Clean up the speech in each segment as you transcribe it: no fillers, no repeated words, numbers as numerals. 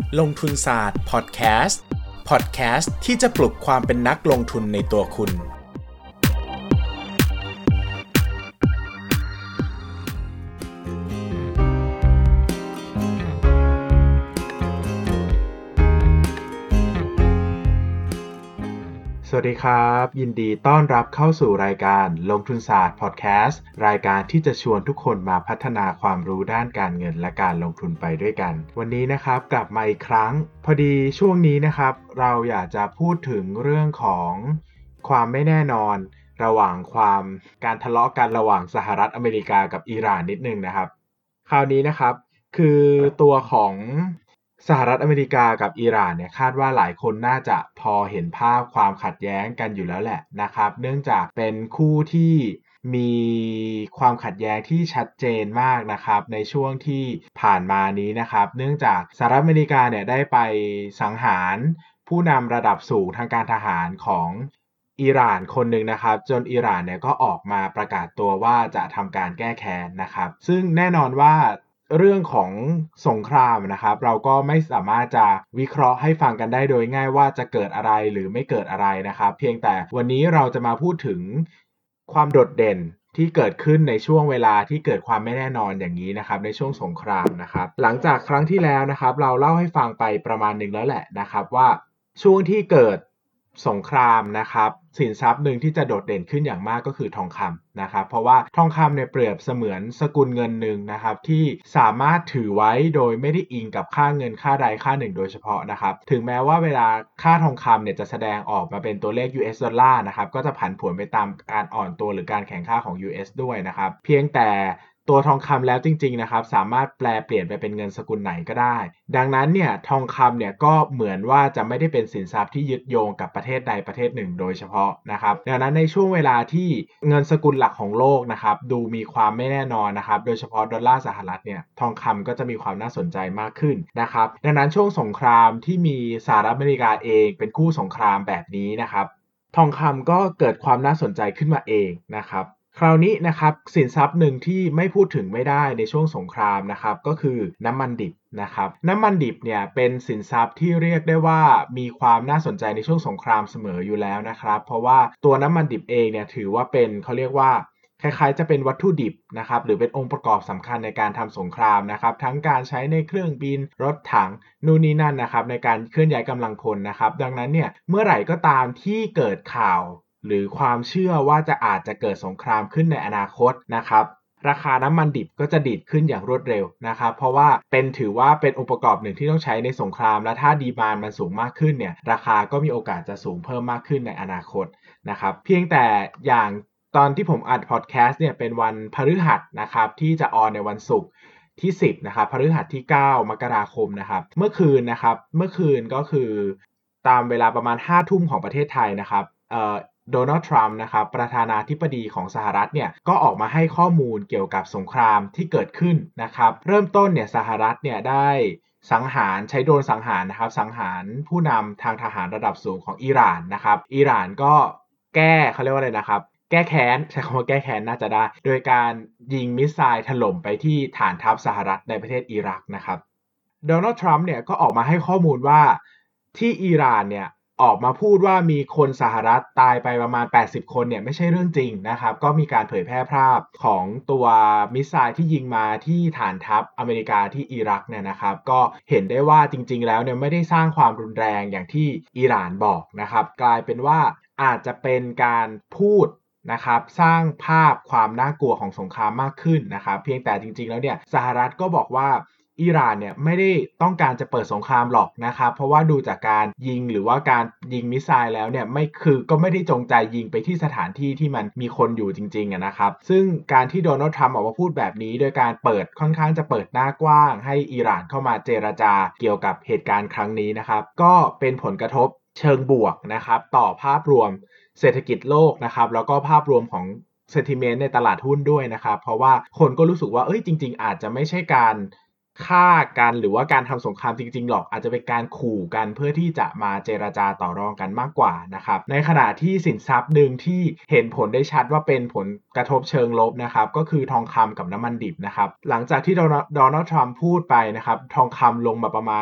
ลงทุนศาสตร์พอดแคสต์ที่จะปลุกความเป็นนักลงทุนในตัวคุณสวัสดีครับยินดีต้อนรับเข้าสู่รายการลงทุนศาสตร์พอดแคสต์รายการที่จะชวนทุกคนมาพัฒนาความรู้ด้านการเงินและการลงทุนไปด้วยกันวันนี้นะครับกลับมาอีกครั้งพอดีช่วงนี้นะครับเราอยากจะพูดถึงเรื่องของความไม่แน่นอนระหว่างการทะเลาะกันระหว่างสหรัฐอเมริกากับอิหร่านนิดนึงนะครับคราวนี้นะครับคือตัวของสหรัฐอเมริกากับอิหร่านเนี่ยคาดว่าหลายคนน่าจะพอเห็นภาพความขัดแย้งกันอยู่แล้วแหละนะครับเนื่องจากเป็นคู่ที่มีความขัดแย้งที่ชัดเจนมากนะครับในช่วงที่ผ่านมานี้นะครับเนื่องจากสหรัฐอเมริกาเนี่ยได้ไปสังหารผู้นำระดับสูงทางการทหารของอิหร่านคนหนึ่งนะครับจนอิหร่านเนี่ยก็ออกมาประกาศตัวว่าจะทำการแก้แค้นนะครับซึ่งแน่นอนว่าเรื่องของสงครามนะครับเราก็ไม่สามารถจะวิเคราะห์ให้ฟังกันได้โดยง่ายว่าจะเกิดอะไรหรือไม่เกิดอะไรนะครับเพียงแต่วันนี้เราจะมาพูดถึงความโดดเด่นที่เกิดขึ้นในช่วงเวลาที่เกิดความไม่แน่นอนอย่างนี้นะครับในช่วงสงครามนะครับหลังจากครั้งที่แล้วนะครับเราเล่าให้ฟังไปประมาณหนึ่งแล้วแหละนะครับว่าช่วงที่เกิดสงครามนะครับสินทรัพย์หนึ่งที่จะโดดเด่นขึ้นอย่างมากก็คือทองคำนะครับเพราะว่าทองคำเนี่ยเปรียบเสมือนสกุลเงินหนึ่งนะครับที่สามารถถือไว้โดยไม่ได้อิงกับค่าเงินค่าใดค่าหนึ่งโดยเฉพาะนะครับถึงแม้ว่าเวลาค่าทองคำเนี่ยจะแสดงออกมาเป็นตัวเลข US ดอลลาร์นะครับก็จะผันผวนไปตามการอ่อนตัวหรือการแข่งค่าของ US ด้วยนะครับเพียงแต่ตัวทองคำแล้วจริงๆนะครับสามารถแปลเปลี่ยนไปเป็นเงินสกุลไหนก็ได้ดังนั้นเนี่ยทองคำเนี่ยก็เหมือนว่าจะไม่ได้เป็นสินทรัพย์ที่ยึดโยงกับประเทศใดประเทศหนึ่งโดยเฉพาะนะครับดังนั้นในช่วงเวลาที่เงินสกุลหลักของโลกนะครับดูมีความไม่แน่นอนนะครับโดยเฉพาะดอลลาร์สหรัฐเนี่ยทองคำก็จะมีความน่าสนใจมากขึ้นนะครับดังนั้นช่วงสงครามที่มีสหรัฐอเมริกาเองเป็นคู่สงครามแบบนี้นะครับทองคำก็เกิดความน่าสนใจขึ้นมาเองนะครับคราวนี้นะครับสินทรัพย์หนึ่งที่ไม่พูดถึงไม่ได้ในช่วงสงครามนะครับก็คือน้ำมันดิบนะครับน้ำมันดิบเนี่ยเป็นสินทรัพย์ที่เรียกได้ว่ามีความน่าสนใจในช่วงสงครามเสมออยู่แล้วนะครับเพราะว่าตัวน้ำมันดิบเองเนี่ยถือว่าเป็นเขาเรียกว่าคล้ายๆจะเป็นวัตถุดิบนะครับหรือเป็นองค์ประกอบสำคัญในการทำสงครามนะครับทั้งการใช้ในเครื่องบินรถถังนู่นนี่นั่นนะครับในการเคลื่อนย้ายกำลังพลนะครับดังนั้นเนี่ยเมื่อไหร่ก็ตามที่เกิดข่าวหรือความเชื่อว่าอาจจะเกิดสงครามขึ้นในอนาคตนะครับราคาน้ำมันดิบก็จะดีดขึ้นอย่างรวดเร็วนะครับเพราะว่าถือว่าเป็นองค์ประกอบหนึ่งที่ต้องใช้ในสงครามและถ้าดีมานด์มันสูงมากขึ้นเนี่ยราคาก็มีโอกาสจะสูงเพิ่มมากขึ้นในอนาคตนะครับเพียงแต่อย่างตอนที่ผมอัดพอดแคสต์เนี่ยเป็นวันพฤหัสนะครับที่จะออนในวันศุกร์ที่10นะครับพฤหัสที่9มกราคมนะครับเมื่อคืนก็คือตามเวลาประมาณ5ทุ่มของประเทศไทยนะครับโดนัลด์ทรัมป์นะครับประธานาธิบดีของสหรัฐเนี่ยก็ออกมาให้ข้อมูลเกี่ยวกับสงครามที่เกิดขึ้นนะครับเริ่มต้นเนี่ยสหรัฐเนี่ยได้ใช้โดรนสังหารนะครับสังหารผู้นำทางทหารระดับสูงของอิหร่านนะครับอิหร่านก็เขาเรียกว่าอะไรนะครับแก้แค้นใช้คำว่าแก้แค้นน่าจะได้โดยการยิงมิสไซล์ถล่มไปที่ฐานทัพสหรัฐในประเทศอิรักนะครับโดนัลด์ทรัมป์เนี่ยก็ออกมาให้ข้อมูลว่าที่อิหร่านเนี่ยออกมาพูดว่ามีคนสหรัฐตายไปประมาณ80คนเนี่ยไม่ใช่เรื่องจริงนะครับก็มีการเผยแพร่ภาพของตัวมิสไซล์ที่ยิงมาที่ฐานทัพอเมริกาที่อิรักเนี่ยนะครับก็เห็นได้ว่าจริงๆแล้วเนี่ยไม่ได้สร้างความรุนแรงอย่างที่อิหร่านบอกนะครับกลายเป็นว่าอาจจะเป็นการพูดนะครับสร้างภาพความน่ากลัวของสงครามมากขึ้นนะครับเพียงแต่จริงๆแล้วเนี่ยสหรัฐก็บอกว่าอิหร่านเนี่ยไม่ได้ต้องการจะเปิดสงครามหรอกนะครับเพราะว่าดูจากการยิงหรือว่าการยิงมิสไซล์แล้วเนี่ยก็ไม่ได้จงใจยิงไปที่สถานที่ที่มันมีคนอยู่จริงๆนะครับซึ่งการที่โดนัลด์ทรัมป์ออกมาพูดแบบนี้โดยการค่อนข้างจะเปิดหน้ากว้างให้อิหร่านเข้ามาเจรจาเกี่ยวกับเหตุการณ์ครั้งนี้นะครับก็เป็นผลกระทบเชิงบวกนะครับต่อภาพรวมเศรษฐกิจโลกนะครับแล้วก็ภาพรวมของsentiment ในตลาดหุ้นด้วยนะครับเพราะว่าคนก็รู้สึกว่าจริงๆอาจจะไม่ใช่การฆ่ากันหรือว่าการทำสงครามจริงๆหรอกอาจจะเป็นการขู่กันเพื่อที่จะมาเจรจาต่อรองกันมากกว่านะครับในขณะที่สินทรัพย์หนึ่งที่เห็นผลได้ชัดว่าเป็นผลกระทบเชิงลบนะครับก็คือทองคำกับน้ำมันดิบนะครับหลังจากที่โดนัลด์ทรัมป์พูดไปนะครับทองคำลงมาประมาณ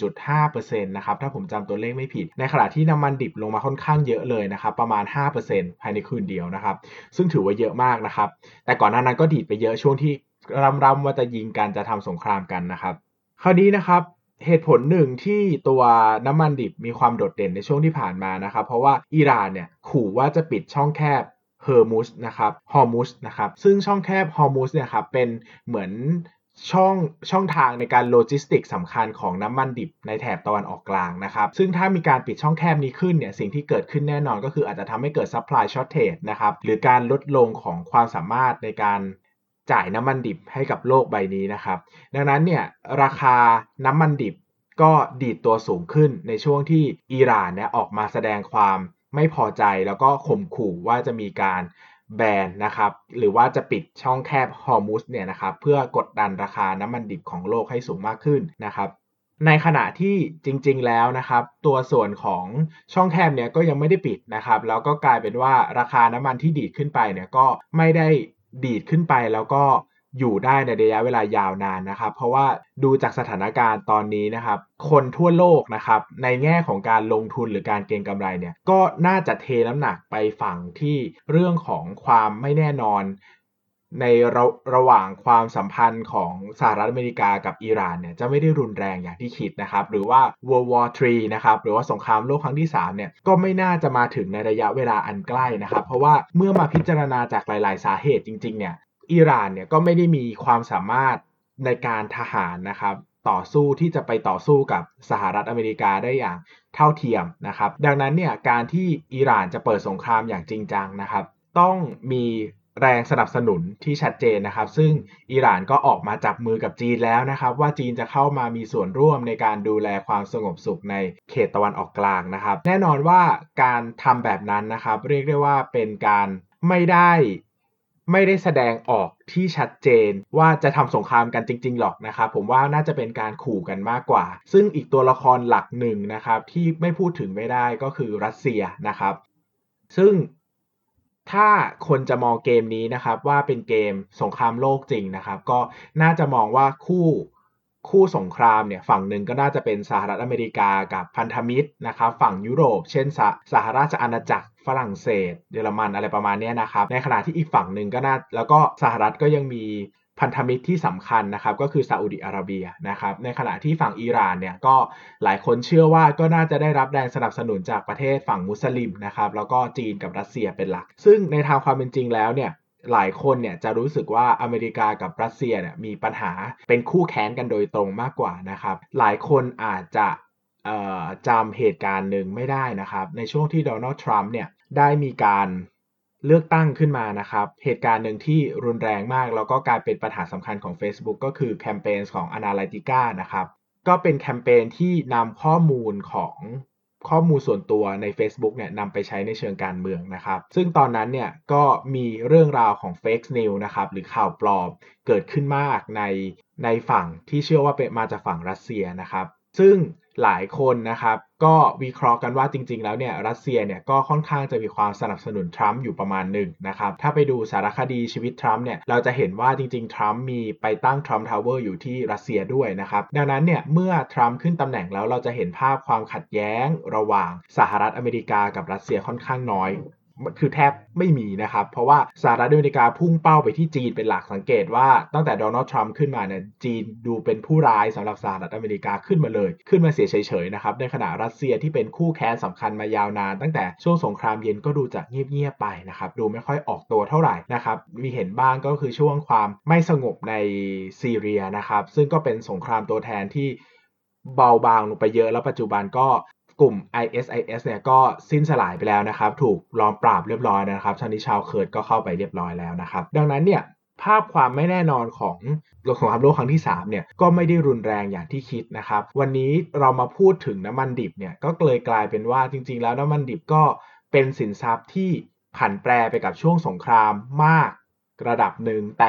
1.5% นะครับถ้าผมจำตัวเลขไม่ผิดในขณะที่น้ำมันดิบลงมาค่อนข้างเยอะเลยนะครับประมาณ 5% ภายในคืนเดียวนะครับซึ่งถือว่าเยอะมากนะครับแต่ก่อนหน้านั้นก็ดีดไปเยอะช่วงที่รำว่าจะยิงกันจะทำสงครามกันนะครับคราวนี้นะครับเหตุผลหนึ่งที่ตัวน้ำมันดิบมีความโดดเด่นในช่วงที่ผ่านมานะครับเพราะว่าอิหร่านเนี่ยขู่ว่าจะปิดช่องแคบฮอร์มุซนะครับซึ่งช่องแคบฮอร์มุซเนี่ยครับเป็นเหมือนช่องทางในการโลจิสติกสำคัญของน้ำมันดิบในแถบตะวันออกกลางนะครับซึ่งถ้ามีการปิดช่องแคบนี้ขึ้นเนี่ยสิ่งที่เกิดขึ้นแน่นอนก็คืออาจจะทำให้เกิด supply shortage นะครับหรือการลดลงของความสามารถในการจ่ายน้ำมันดิบให้กับโลกใบนี้นะครับดังนั้นเนี่ยราคาน้ำมันดิบก็ดีดตัวสูงขึ้นในช่วงที่อิหร่านเนี่ยออกมาแสดงความไม่พอใจแล้วก็ข่มขู่ว่าจะมีการแบนนะครับหรือว่าจะปิดช่องแคบฮอร์มุซเนี่ยนะครับเพื่อกดดันราคาน้ำมันดิบของโลกให้สูงมากขึ้นนะครับในขณะที่จริงๆแล้วนะครับตัวส่วนของช่องแคบเนี่ยก็ยังไม่ได้ปิดนะครับแล้วก็กลายเป็นว่าราคาน้ำมันที่ดีดขึ้นไปเนี่ยก็ไม่ได้ดีดขึ้นไปแล้วก็อยู่ได้ในระยะเวลายาวนานนะครับเพราะว่าดูจากสถานการณ์ตอนนี้นะครับคนทั่วโลกนะครับในแง่ของการลงทุนหรือการเก็งกำไรเนี่ยก็น่าจะเทน้ำหนักไปฝั่งที่เรื่องของความไม่แน่นอนในระหว่างความสัมพันธ์ของสหรัฐอเมริกากับอิหร่านเนี่ยจะไม่ได้รุนแรงอย่างที่คิดนะครับหรือว่า World War 3นะครับหรือว่าสงครามโลกครั้งที่3เนี่ยก็ไม่น่าจะมาถึงในระยะเวลาอันใกล้นะครับเพราะว่าเมื่อมาพิจารณาจากหลายๆสาเหตุจริงๆเนี่ยอิหร่านเนี่ยก็ไม่ได้มีความสามารถในการทหารนะครับต่อสู้ที่จะไปต่อสู้กับสหรัฐอเมริกาได้อย่างเท่าเทียมนะครับดังนั้นเนี่ยการที่อิหร่านจะเปิดสงครามอย่างจริงจังนะครับต้องมีแรงสนับสนุนที่ชัดเจนนะครับซึ่งอิหร่านก็ออกมาจับมือกับจีนแล้วนะครับว่าจีนจะเข้ามามีส่วนร่วมในการดูแลความสงบสุขในเขตตะวันออกกลางนะครับแน่นอนว่าการทำแบบนั้นนะครับเรียกได้ว่าเป็นการไม่ได้แสดงออกที่ชัดเจนว่าจะทำสงครามกันจริงๆหรอกนะครับผมว่าน่าจะเป็นการขู่กันมากกว่าซึ่งอีกตัวละครหลักหนึ่งนะครับที่ไม่พูดถึงไม่ได้ก็คือรัสเซียนะครับซึ่งถ้าคนจะมองเกมนี้นะครับว่าเป็นเกมสงครามโลกจริงนะครับก็น่าจะมองว่าคู่สงครามเนี่ยฝั่งหนึ่งก็น่าจะเป็นสหรัฐอเมริกากับพันธมิตรนะครับฝั่งยุโรปเช่นสหราชอาณาจักรฝรั่งเศสเยอรมันอะไรประมาณนี้นะครับในขณะที่อีกฝั่งหนึ่งก็แล้วก็สหรัฐก็ยังมีพันธมิตรที่สำคัญนะครับก็คือซาอุดิอาระเบียนะครับในขณะที่ฝั่งอิหร่านเนี่ยก็หลายคนเชื่อว่าก็น่าจะได้รับแรงสนับสนุนจากประเทศฝั่งมุสลิมนะครับแล้วก็จีนกับรัสเซียเป็นหลักซึ่งในทางความเป็นจริงแล้วเนี่ยหลายคนเนี่ยจะรู้สึกว่าอเมริกากับรัสเซียเนี่ยมีปัญหาเป็นคู่แค้นกันโดยตรงมากกว่านะครับหลายคนอาจจะจำเหตุการณ์หนึ่งไม่ได้นะครับในช่วงที่โดนัลด์ทรัมป์เนี่ยได้มีการเลือกตั้งขึ้นมานะครับเหตุการณ์หนึ่งที่รุนแรงมากแล้วก็กลายเป็นปัญหาสำคัญของ Facebook ก็คือแคมเปญของ Analytica นะครับก็เป็นแคมเปญที่นำข้อมูลส่วนตัวใน Facebook เนี่ยนำไปใช้ในเชิงการเมืองนะครับซึ่งตอนนั้นเนี่ยก็มีเรื่องราวของ Fake News นะครับหรือข่าวปลอมเกิดขึ้นมากในฝั่งที่เชื่อว่าเป็นมาจากฝั่งรัสเซียนะครับซึ่งหลายคนนะครับก็วิเคราะห์กันว่าจริงๆแล้วเนี่ยรัสเซียเนี่ยก็ค่อนข้างจะมีความสนับสนุนทรัมป์อยู่ประมาณหนึ่งนะครับถ้าไปดูสารคดีชีวิตทรัมป์เนี่ยเราจะเห็นว่าจริงๆทรัมป์มีไปตั้งทรัมป์ทาวเวอร์อยู่ที่รัสเซียด้วยนะครับดังนั้นเนี่ยเมื่อทรัมป์ขึ้นตำแหน่งแล้วเราจะเห็นภาพความขัดแย้งระหว่างสหรัฐอเมริกากับรัสเซียค่อนข้างน้อยคือแทบไม่มีนะครับเพราะว่าสหรัฐอเมริกาพุ่งเป้าไปที่จีนเป็นหลักสังเกตว่าตั้งแต่โดนัลด์ทรัมป์ขึ้นมาเนี่ยจีนดูเป็นผู้ร้ายสำหรับสหรัฐอเมริกาขึ้นมาเสียเฉยๆนะครับในขณะรัสเซียที่เป็นคู่แค้นสำคัญมายาวนานตั้งแต่ช่วงสงครามเย็นก็ดูจะเงียบๆไปนะครับดูไม่ค่อยออกตัวเท่าไหร่นะครับมีเห็นบ้างก็คือช่วงความไม่สงบในซีเรียนะครับซึ่งก็เป็นสงครามตัวแทนที่เบาบางลงไปเยอะแล้วปัจจุบันก็กลุ่ม ISIS เนี่ยก็สิ้นสลายไปแล้วนะครับถูกล้อมปราบเรียบร้อยนะครับชานิชาวเคิร์ดก็เข้าไปเรียบร้อยแล้วนะครับดังนั้นเนี่ยภาพความไม่แน่นอนของสงครามโลกครั้งที่3เนี่ยก็ไม่ได้รุนแรงอย่างที่คิดนะครับวันนี้เรามาพูดถึงน้ำมันดิบเนี่ยก็เลยกลายเป็นว่าจริงๆแล้วน้ำมันดิบก็เป็นสินทรัพย์ที่ผันแปรไปกับช่วงสงครามมากระดับหนึ่งแต่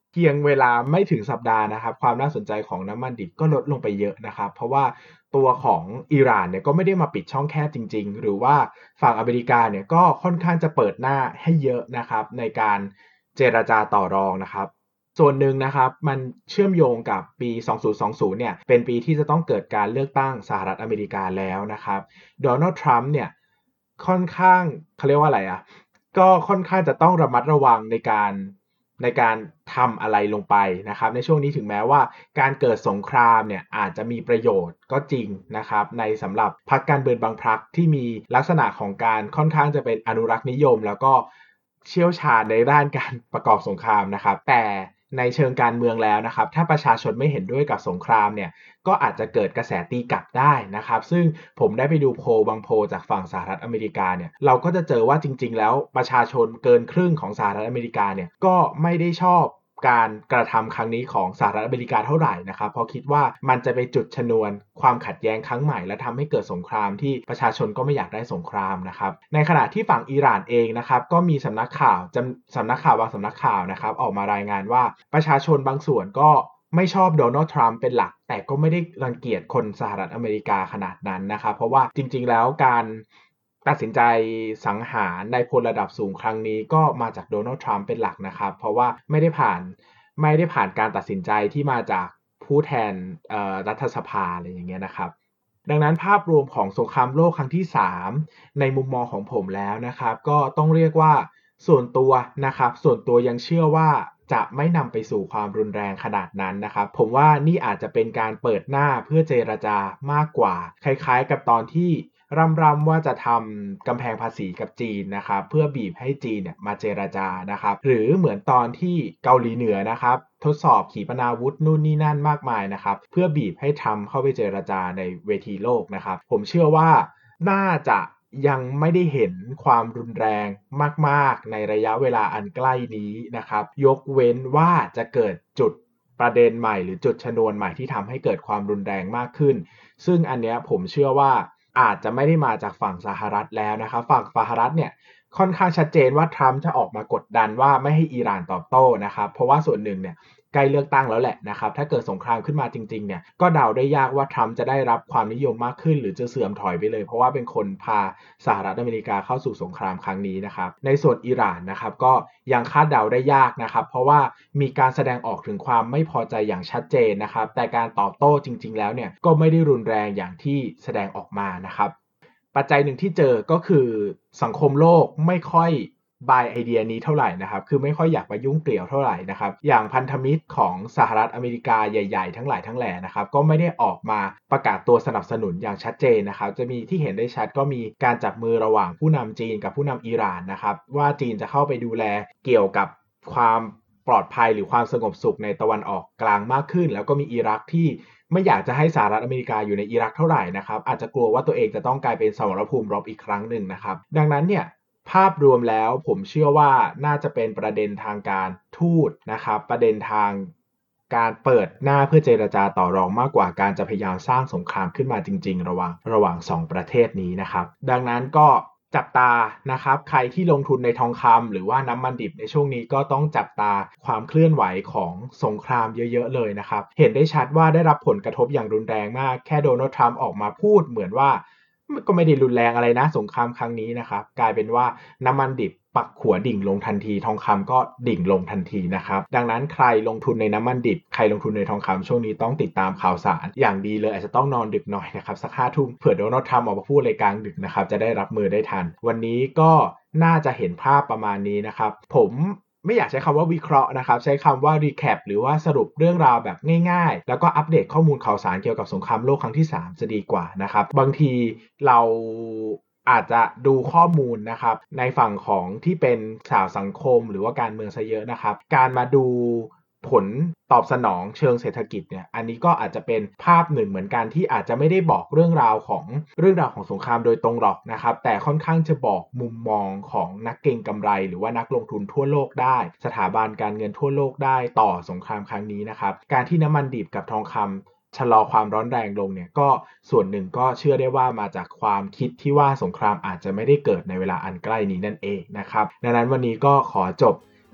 เพียงเวลาไม่ถึงสัปดาห์นะครับความน่าสนใจของน้ำมันดิบก็ลดลงไปเยอะนะครับเพราะว่าตัวของอิหร่านเนี่ยก็ไม่ได้มาปิดช่องแคบจริงๆหรือว่าฝั่งอเมริกาเนี่ยก็ค่อนข้างจะเปิดหน้าให้เยอะนะครับในการเจรจาต่อรองนะครับส่วนหนึ่งนะครับมันเชื่อมโยงกับปี 2020 เนี่ยเป็นปีที่จะต้องเกิดการเลือกตั้งสหรัฐอเมริกาแล้วนะครับโดนัลด์ทรัมป์เนี่ยค่อนข้างเขาเรียกว่าอะไรอ่ะ ก็ค่อนข้างจะต้องระมัดระวังในการทำอะไรลงไปนะครับในช่วงนี้ถึงแม้ว่าการเกิดสงครามเนี่ยอาจจะมีประโยชน์ก็จริงนะครับในสำหรับพรรคการเมืองบางพรรคที่มีลักษณะของการค่อนข้างจะเป็นอนุรักษ์นิยมแล้วก็เชี่ยวชาญในด้านการประกอบสงครามนะครับแต่ในเชิงการเมืองแล้วนะครับถ้าประชาชนไม่เห็นด้วยกับสงครามเนี่ยก็อาจจะเกิดกระแสตีกลับได้นะครับซึ่งผมได้ไปดูโพลบางโพลจากฝั่งสหรัฐอเมริกาเนี่ยเราก็จะเจอว่าจริงๆแล้วประชาชนเกินครึ่งของสหรัฐอเมริกาเนี่ยก็ไม่ได้ชอบการกระทำครั้งนี้ของสหรัฐอเมริกาเท่าไหร่นะครับเพราะคิดว่ามันจะไปจุดชนวนความขัดแย้งครั้งใหม่และทำให้เกิดสงครามที่ประชาชนก็ไม่อยากได้สงครามนะครับในขณะที่ฝั่งอิหร่านเองนะครับก็มีสำนักข่าวบางสำนักข่าวนะครับออกมารายงานว่าประชาชนบางส่วนก็ไม่ชอบโดนัลด์ทรัมป์เป็นหลักแต่ก็ไม่ได้รังเกียจคนสหรัฐอเมริกาขนาดนั้นนะครับเพราะว่าจริงๆแล้วการตัดสินใจสังหารนายพลระดับสูงครั้งนี้ก็มาจากโดนัลด์ทรัมป์เป็นหลักนะครับเพราะว่าไม่ได้ผ่านการตัดสินใจที่มาจากผู้แทนรัฐสภาอะไรอย่างเงี้ยนะครับดังนั้นภาพรวมของสงครามโลกครั้งที่3ในมุมมองของผมแล้วนะครับก็ต้องเรียกว่าส่วนตัวนะครับส่วนตัวยังเชื่อว่าจะไม่นำไปสู่ความรุนแรงขนาดนั้นนะครับผมว่านี่อาจจะเป็นการเปิดหน้าเพื่อเจรจามากกว่าคล้ายๆกับตอนที่ร่ำว่าจะทำกำแพงภาษีกับจีนนะครับเพื่อบีบให้จีนเนี่ยมาเจรจานะครับหรือเหมือนตอนที่เกาหลีเหนือนะครับทดสอบขีปนาวุธนู่นนี่นั่นมากมายนะครับเพื่อบีบให้ทรัมป์เข้าไปเจรจาในเวทีโลกนะครับผมเชื่อว่าน่าจะยังไม่ได้เห็นความรุนแรงมากๆในระยะเวลาอันใกล้นี้นะครับยกเว้นว่าจะเกิดจุดประเด็นใหม่หรือจุดชนวนใหม่ที่ทำให้เกิดความรุนแรงมากขึ้นซึ่งอันเนี้ยผมเชื่อว่าอาจจะไม่ได้มาจากฝั่งสหรัฐแล้วนะครับฝั่งสหรัฐเนี่ยค่อนข้างชัดเจนว่าทรัมป์จะออกมากดดันว่าไม่ให้อิหร่านตอบโต้นะครับเพราะว่าส่วนหนึ่งเนี่ยใกล้เลือกตั้งแล้วแหละนะครับถ้าเกิดสงครามขึ้นมาจริงๆเนี่ยก็เดาได้ยากว่าทรัมป์จะได้รับความนิยมมากขึ้นหรือจะเสื่อมถอยไปเลยเพราะว่าเป็นคนพาสหรัฐอเมริกาเข้าสู่สงครามครั้งนี้นะครับในส่วนอิหร่านนะครับก็ยังคาดเดาได้ยากนะครับเพราะว่ามีการแสดงออกถึงความไม่พอใจอย่างชัดเจนนะครับแต่การตอบโต้จริงๆแล้วเนี่ยก็ไม่ได้รุนแรงอย่างที่แสดงออกมานะครับปัจจัยหนึ่งที่เจอก็คือสังคมโลกไม่ค่อยบายไอเดียนี้เท่าไหร่นะครับคือไม่ค่อยอยากไปยุ่งเกี่ยวเท่าไหร่นะครับอย่างพันธมิตรของสหรัฐอเมริกาใหญ่ๆทั้งหลายทั้งแหล่นะครับก็ไม่ได้ออกมาประกาศตัวสนับสนุนอย่างชัดเจนนะครับจะมีที่เห็นได้ชัดก็มีการจับมือระหว่างผู้นำจีนกับผู้นำอิหร่านนะครับว่าจีนจะเข้าไปดูแลเกี่ยวกับความปลอดภัยหรือความสงบสุขในตะวันออกกลางมากขึ้นแล้วก็มีอิรักที่ไม่อยากจะให้สหรัฐอเมริกาอยู่ในอิรักเท่าไหร่นะครับอาจจะกลัวว่าตัวเองจะต้องกลายเป็นสมรภูมิรบอีกครั้งหนึ่งนะครับดังนั้นเนี่ยภาพรวมแล้วผมเชื่อว่าน่าจะเป็นประเด็นทางการทูตนะครับประเด็นทางการเปิดหน้าเพื่อเจรจาต่อรองมากกว่าการจะพยายามสร้างสงครามขึ้นมาจริงๆระหว่าง2ประเทศนี้นะครับดังนั้นก็จับตานะครับใครที่ลงทุนในทองคำหรือว่าน้ำมันดิบในช่วงนี้ก็ต้องจับตาความเคลื่อนไหวของสงครามเยอะๆเลยนะครับเห็นได้ชัดว่าได้รับผลกระทบอย่างรุนแรงมากแค่โดนัลด์ทรัมป์ออกมาพูดเหมือนว่าก็ไม่ได้รุนแรงอะไรนะสงครามครั้งนี้นะครับกลายเป็นว่าน้ำมันดิบปักหัวดิ่งลงทันทีทองคำก็ดิ่งลงทันทีนะครับดังนั้นใครลงทุนในน้ำมันดิบใครลงทุนในทองคำช่วงนี้ต้องติดตามข่าวสารอย่างดีเลยอาจจะต้องนอนดึกหน่อยนะครับสัก5 ทุ่มเผื่อโดนัลด์ทรัมป์ออกมาพูดอะไรกลางดึกนะครับจะได้รับมือได้ทันวันนี้ก็น่าจะเห็นภาพประมาณนี้นะครับผมไม่อยากใช้คำว่าวิเคราะห์นะครับใช้คำว่า recap หรือว่าสรุปเรื่องราวแบบง่ายๆแล้วก็อัปเดตข้อมูลข่าวสารเกี่ยวกับสงครามโลกครั้งที่3จะดีกว่านะครับบางทีเราอาจจะดูข้อมูลนะครับในฝั่งของที่เป็นข่าวสังคมหรือว่าการเมืองซะเยอะนะครับการมาดูผลตอบสนองเชิงเศรษฐกิจเนี่ยอันนี้ก็อาจจะเป็นภาพหนึ่งเหมือนกันที่อาจจะไม่ได้บอกเรื่องราวของสงครามโดยตรงหรอกนะครับแต่ค่อนข้างจะบอกมุมมองของนักเก็งกำไรหรือว่านักลงทุนทั่วโลกได้สถาบันการเงินทั่วโลกได้ต่อสงครามครั้งนี้นะครับการที่น้ำมันดิบกับทองคำชะลอความร้อนแรงลงเนี่ยก็ส่วนหนึ่งก็เชื่อได้ว่ามาจากความคิดที่ว่าสงครามอาจจะไม่ได้เกิดในเวลาอันใกล้นี้นั่นเองนะครับดังนั้นวันนี้ก็ขอจบ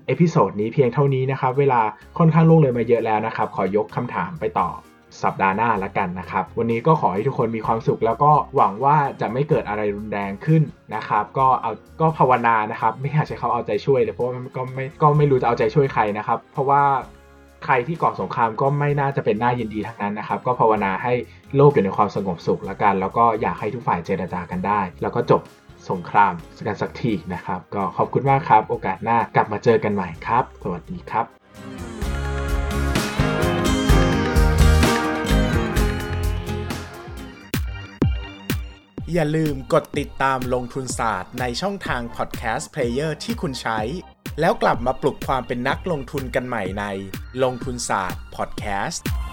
เอพิโซดนี้เพียงเท่านี้นะครับเวลาค่อนข้างล่วงเลยมาเยอะแล้วนะครับขอยกคำถามไปต่อสัปดาห์หน้าละกันนะครับวันนี้ก็ขอให้ทุกคนมีความสุขแล้วก็หวังว่าจะไม่เกิดอะไรรุนแรงขึ้นนะครับก็ภาวนานะครับไม่อยากใช้เขาเอาใจช่วยเลยเพราะว่าก็ไม่รู้จะเอาใจช่วยใครนะครับเพราะว่าใครที่ก่อสงครามก็ไม่น่าจะเป็นน่ายินดีทั้งนั้นนะครับก็ภาวนาให้โลกอยู่ในความสงบสุขละกันแล้วก็อยากให้ทุกฝ่ายเจรจากันได้แล้วก็จบสงครามกันสักทีนะครับก็ขอบคุณมากครับโอกาสหน้ากลับมาเจอกันใหม่ครับสวัสดีครับอย่าลืมกดติดตามลงทุนศาสตร์ในช่องทางพอดแคสต์เพลเยอร์ที่คุณใช้แล้วกลับมาปลุกความเป็นนักลงทุนกันใหม่ในลงทุนศาสตร์พอดแคสต์